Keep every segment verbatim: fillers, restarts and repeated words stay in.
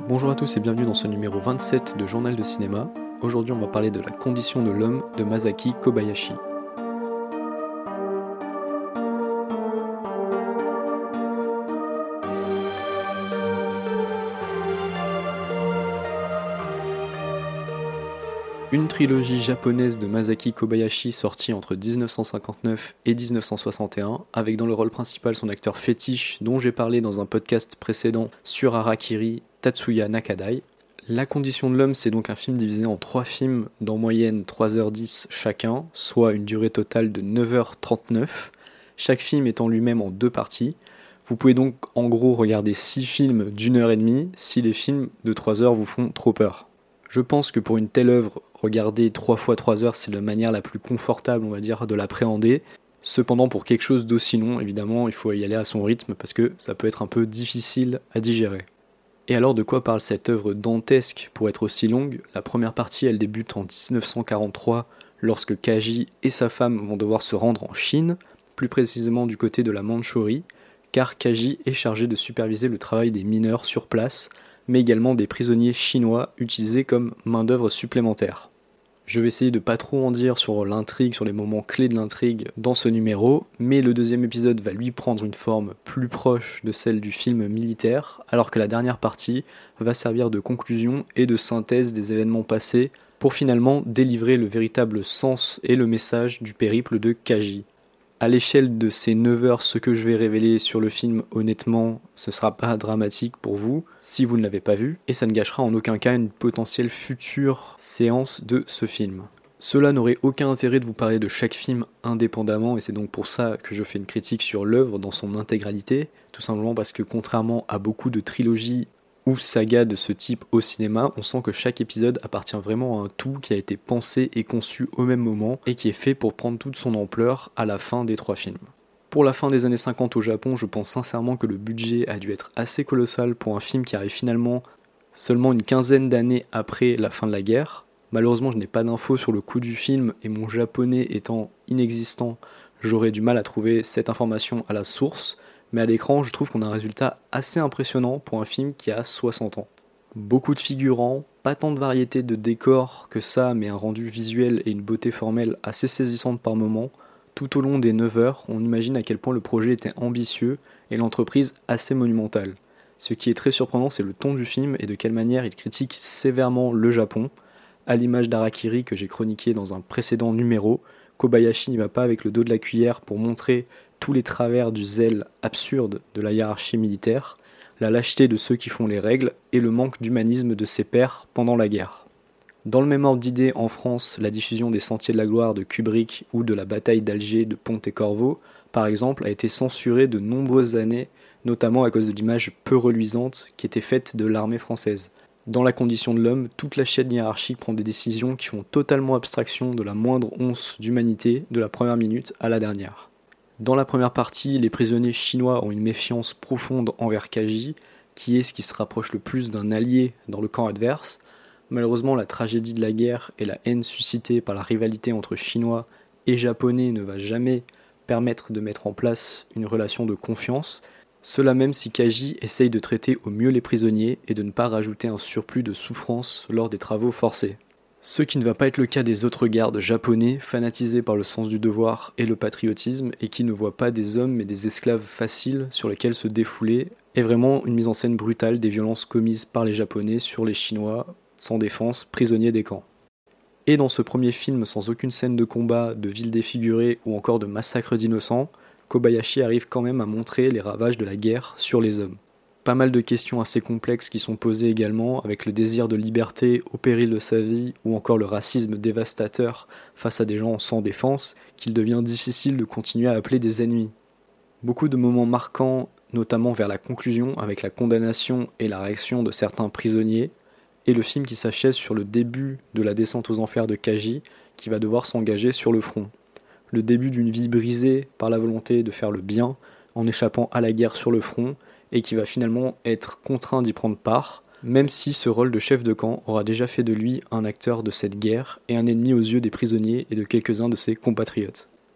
Bonjour à tous et bienvenue dans ce numéro vingt-sept de Journal de cinéma. Aujourd'hui on va parler de La condition de l'homme de Masaki Kobayashi. Une trilogie japonaise de Masaki Kobayashi sortie entre dix-neuf cent cinquante-neuf et dix-neuf cent soixante et un, avec dans le rôle principal son acteur fétiche dont j'ai parlé dans un podcast précédent sur Harakiri, Tatsuya Nakadai. La condition de l'homme, c'est donc un film divisé en trois films d'en moyenne trois heures dix chacun, soit une durée totale de neuf heures trente-neuf, chaque film étant lui-même en deux parties. Vous pouvez donc en gros regarder six films d'une heure et demie si les films de trois heures vous font trop peur. Je pense que pour une telle œuvre, regarder trois fois trois heures, c'est la manière la plus confortable, on va dire, de l'appréhender. Cependant, pour quelque chose d'aussi long, évidemment, il faut y aller à son rythme parce que ça peut être un peu difficile à digérer. Et alors, de quoi parle cette œuvre dantesque pour être aussi longue ? La première partie, elle débute en dix-neuf cent quarante-trois, lorsque Kaji et sa femme vont devoir se rendre en Chine, plus précisément du côté de la Mandchourie, car Kaji est chargé de superviser le travail des mineurs sur place, mais également des prisonniers chinois utilisés comme main-d'œuvre supplémentaire. Je vais essayer de pas trop en dire sur l'intrigue, sur les moments clés de l'intrigue dans ce numéro, mais le deuxième épisode va lui prendre une forme plus proche de celle du film militaire, alors que la dernière partie va servir de conclusion et de synthèse des événements passés pour finalement délivrer le véritable sens et le message du périple de Kaji. À l'échelle de ces neuf heures, ce que je vais révéler sur le film, honnêtement, ce sera pas dramatique pour vous, si vous ne l'avez pas vu, et ça ne gâchera en aucun cas une potentielle future séance de ce film. Cela n'aurait aucun intérêt de vous parler de chaque film indépendamment, et c'est donc pour ça que je fais une critique sur l'œuvre dans son intégralité, tout simplement parce que contrairement à beaucoup de trilogies ou saga de ce type au cinéma, on sent que chaque épisode appartient vraiment à un tout qui a été pensé et conçu au même moment et qui est fait pour prendre toute son ampleur à la fin des trois films. Pour la fin des années cinquante au Japon, je pense sincèrement que le budget a dû être assez colossal pour un film qui arrive finalement seulement une quinzaine d'années après la fin de la guerre. Malheureusement, je n'ai pas d'infos sur le coût du film et mon japonais étant inexistant, j'aurais du mal à trouver cette information à la source. Mais à l'écran, je trouve qu'on a un résultat assez impressionnant pour un film qui a soixante ans. Beaucoup de figurants, pas tant de variété de décors que ça, mais un rendu visuel et une beauté formelle assez saisissante par moments. Tout au long des neuf heures, on imagine à quel point le projet était ambitieux et l'entreprise assez monumentale. Ce qui est très surprenant, c'est le ton du film et de quelle manière il critique sévèrement le Japon. À l'image d'Harakiri que j'ai chroniqué dans un précédent numéro, Kobayashi n'y va pas avec le dos de la cuillère pour montrer tous les travers du zèle absurde de la hiérarchie militaire, la lâcheté de ceux qui font les règles et le manque d'humanisme de ses pairs pendant la guerre. Dans le même ordre d'idée, en France, la diffusion des Sentiers de la Gloire de Kubrick ou de la bataille d'Alger de Pontecorvo, par exemple, a été censurée de nombreuses années, notamment à cause de l'image peu reluisante qui était faite de l'armée française. Dans La condition de l'homme, toute la chaîne hiérarchique prend des décisions qui font totalement abstraction de la moindre once d'humanité de la première minute à la dernière. Dans la première partie, les prisonniers chinois ont une méfiance profonde envers Kaji, qui est ce qui se rapproche le plus d'un allié dans le camp adverse. Malheureusement, la tragédie de la guerre et la haine suscitée par la rivalité entre Chinois et Japonais ne va jamais permettre de mettre en place une relation de confiance, cela même si Kaji essaye de traiter au mieux les prisonniers et de ne pas rajouter un surplus de souffrance lors des travaux forcés. Ce qui ne va pas être le cas des autres gardes japonais, fanatisés par le sens du devoir et le patriotisme, et qui ne voient pas des hommes mais des esclaves faciles sur lesquels se défouler, est vraiment une mise en scène brutale des violences commises par les Japonais sur les Chinois, sans défense, prisonniers des camps. Et dans ce premier film, sans aucune scène de combat, de ville défigurée ou encore de massacre d'innocents, Kobayashi arrive quand même à montrer les ravages de la guerre sur les hommes. Pas mal de questions assez complexes qui sont posées également, avec le désir de liberté au péril de sa vie, ou encore le racisme dévastateur face à des gens sans défense, qu'il devient difficile de continuer à appeler des ennemis. Beaucoup de moments marquants, notamment vers la conclusion, avec la condamnation et la réaction de certains prisonniers, et le film qui s'achève sur le début de la descente aux enfers de Kaji, qui va devoir s'engager sur le front. Le début d'une vie brisée par la volonté de faire le bien, en échappant à la guerre sur le front, et qui va finalement être contraint d'y prendre part, même si ce rôle de chef de camp aura déjà fait de lui un acteur de cette guerre et un ennemi aux yeux des prisonniers et de quelques-uns de ses compatriotes.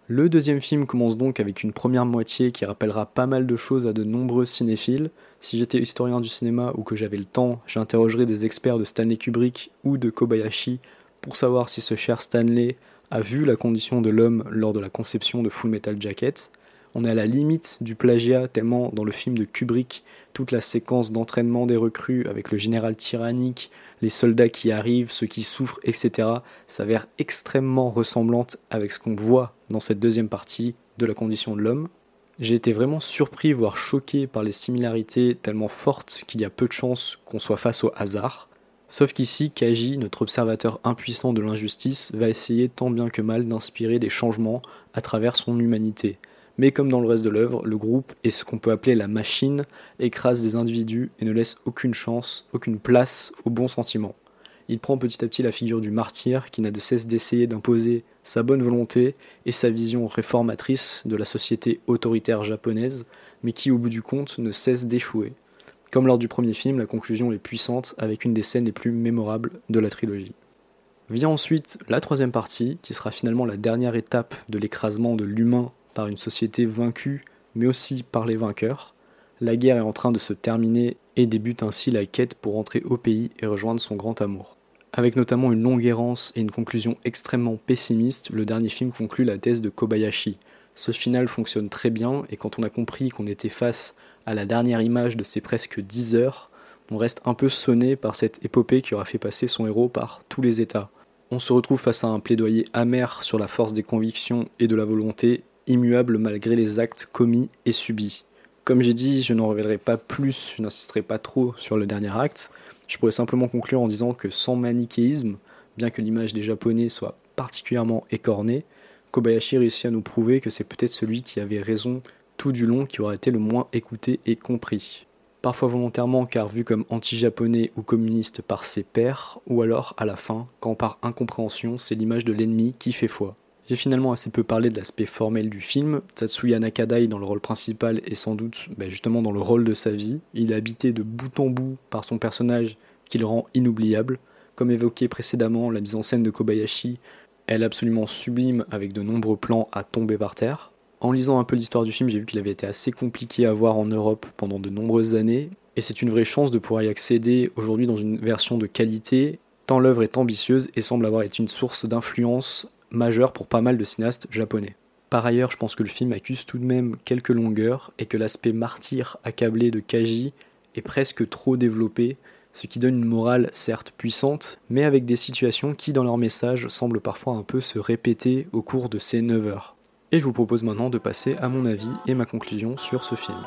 Le deuxième film commence donc avec une première moitié qui rappellera pas mal de choses à de nombreux cinéphiles. Si j'étais historien du cinéma ou que j'avais le temps, j'interrogerais des experts de Stanley Kubrick ou de Kobayashi pour savoir si ce cher Stanley a vu la condition de l'homme lors de la conception de Full Metal Jacket. On est à la limite du plagiat tellement dans le film de Kubrick, toute la séquence d'entraînement des recrues avec le général tyrannique, les soldats qui arrivent, ceux qui souffrent, et cetera s'avère extrêmement ressemblante avec ce qu'on voit dans cette deuxième partie de la condition de l'homme. J'ai été vraiment surpris, voire choqué par les similarités tellement fortes qu'il y a peu de chances qu'on soit face au hasard. Sauf qu'ici, Kaji, notre observateur impuissant de l'injustice, va essayer tant bien que mal d'inspirer des changements à travers son humanité. Mais comme dans le reste de l'œuvre, le groupe et ce qu'on peut appeler la machine écrase des individus et ne laisse aucune chance, aucune place aux bons sentiments. Il prend petit à petit la figure du martyr qui n'a de cesse d'essayer d'imposer sa bonne volonté et sa vision réformatrice de la société autoritaire japonaise, mais qui au bout du compte ne cesse d'échouer. Comme lors du premier film, la conclusion est puissante avec une des scènes les plus mémorables de la trilogie. Vient ensuite la troisième partie, qui sera finalement la dernière étape de l'écrasement de l'humain par une société vaincue, mais aussi par les vainqueurs. La guerre est en train de se terminer et débute ainsi la quête pour rentrer au pays et rejoindre son grand amour. Avec notamment une longue errance et une conclusion extrêmement pessimiste, le dernier film conclut la thèse de Kobayashi. Ce final fonctionne très bien et quand on a compris qu'on était face à la dernière image de ces presque dix heures, on reste un peu sonné par cette épopée qui aura fait passer son héros par tous les états. On se retrouve face à un plaidoyer amer sur la force des convictions et de la volonté, immuable malgré les actes commis et subis. Comme j'ai dit, je n'en révélerai pas plus, je n'insisterai pas trop sur le dernier acte. Je pourrais simplement conclure en disant que sans manichéisme, bien que l'image des Japonais soit particulièrement écornée, Kobayashi réussit à nous prouver que c'est peut-être celui qui avait raison tout du long qui aura été le moins écouté et compris. Parfois volontairement car vu comme anti-japonais ou communiste par ses pairs, ou alors à la fin, quand par incompréhension c'est l'image de l'ennemi qui fait foi. J'ai finalement assez peu parlé de l'aspect formel du film. Tatsuya Nakadai dans le rôle principal est sans doute bah justement dans le rôle de sa vie. Il est habité de bout en bout par son personnage qui le rend inoubliable. Comme évoqué précédemment, la mise en scène de Kobayashi, elle est absolument sublime avec de nombreux plans à tomber par terre. En lisant un peu l'histoire du film, j'ai vu qu'il avait été assez compliqué à voir en Europe pendant de nombreuses années, et c'est une vraie chance de pouvoir y accéder aujourd'hui dans une version de qualité, tant l'œuvre est ambitieuse et semble avoir été une source d'influence majeure pour pas mal de cinéastes japonais. Par ailleurs, je pense que le film accuse tout de même quelques longueurs, et que l'aspect martyr accablé de Kaji est presque trop développé, ce qui donne une morale certes puissante, mais avec des situations qui dans leur message semblent parfois un peu se répéter au cours de ces neuf heures. Et je vous propose maintenant de passer à mon avis et ma conclusion sur ce film.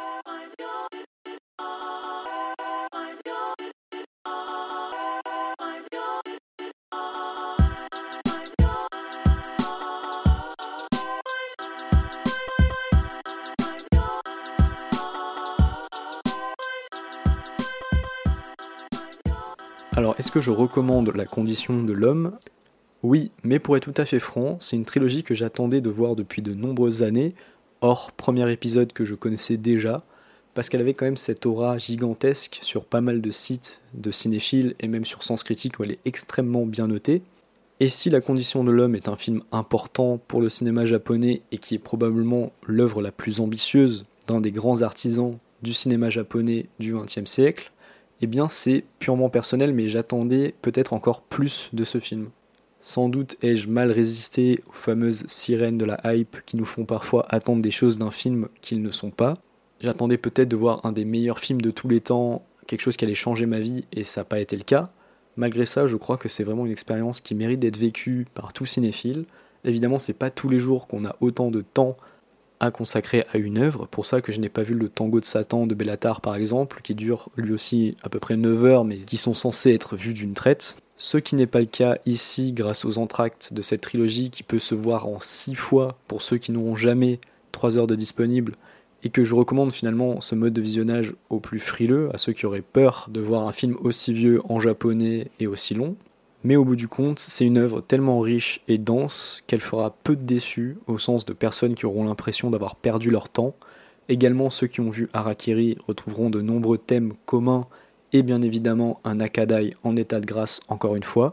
Alors, est-ce que je recommande La condition de l'homme ? Oui, mais pour être tout à fait franc, c'est une trilogie que j'attendais de voir depuis de nombreuses années, hors premier épisode que je connaissais déjà, parce qu'elle avait quand même cette aura gigantesque sur pas mal de sites de cinéphiles et même sur Sens Critique où elle est extrêmement bien notée. Et si La condition de l'homme est un film important pour le cinéma japonais et qui est probablement l'œuvre la plus ambitieuse d'un des grands artisans du cinéma japonais du vingtième siècle, eh bien c'est purement personnel, mais j'attendais peut-être encore plus de ce film. Sans doute ai-je mal résisté aux fameuses sirènes de la hype qui nous font parfois attendre des choses d'un film qu'ils ne sont pas. J'attendais peut-être de voir un des meilleurs films de tous les temps, quelque chose qui allait changer ma vie, et ça n'a pas été le cas. Malgré ça, je crois que c'est vraiment une expérience qui mérite d'être vécue par tout cinéphile. Évidemment, c'est pas tous les jours qu'on a autant de temps à consacrer à une œuvre, pour ça que je n'ai pas vu le Tango de Satan de Bellatar par exemple, qui dure lui aussi à peu près neuf heures, mais qui sont censés être vus d'une traite. Ce qui n'est pas le cas ici grâce aux entr'actes de cette trilogie qui peut se voir en six fois pour ceux qui n'auront jamais trois heures de disponible, et que je recommande finalement ce mode de visionnage aux plus frileux, à ceux qui auraient peur de voir un film aussi vieux en japonais et aussi long. Mais au bout du compte, c'est une œuvre tellement riche et dense qu'elle fera peu de déçus, au sens de personnes qui auront l'impression d'avoir perdu leur temps. Également, ceux qui ont vu Harakiri retrouveront de nombreux thèmes communs et bien évidemment un Nakadai en état de grâce encore une fois.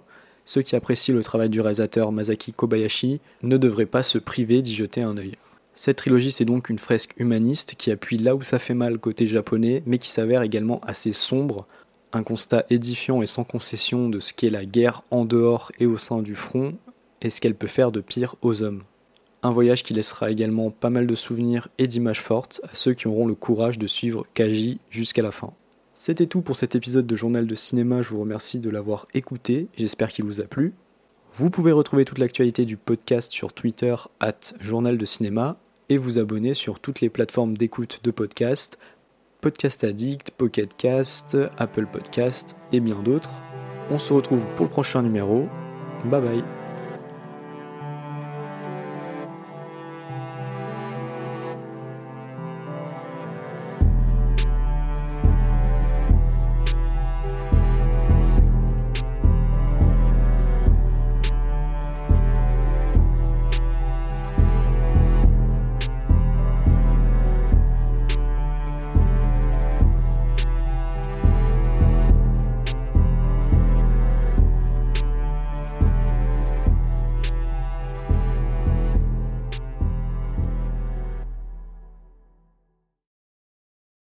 Ceux qui apprécient le travail du réalisateur Masaki Kobayashi ne devraient pas se priver d'y jeter un œil. Cette trilogie, c'est donc une fresque humaniste qui appuie là où ça fait mal côté japonais, mais qui s'avère également assez sombre, un constat édifiant et sans concession de ce qu'est la guerre en dehors et au sein du front, et ce qu'elle peut faire de pire aux hommes. Un voyage qui laissera également pas mal de souvenirs et d'images fortes à ceux qui auront le courage de suivre Kaji jusqu'à la fin. C'était tout pour cet épisode de Journal de Cinéma, je vous remercie de l'avoir écouté, j'espère qu'il vous a plu. Vous pouvez retrouver toute l'actualité du podcast sur Twitter arobase Journal de Cinéma et vous abonner sur toutes les plateformes d'écoute de podcast, Podcast Addict, Pocket Cast, Apple Podcast et bien d'autres. On se retrouve pour le prochain numéro. Bye bye.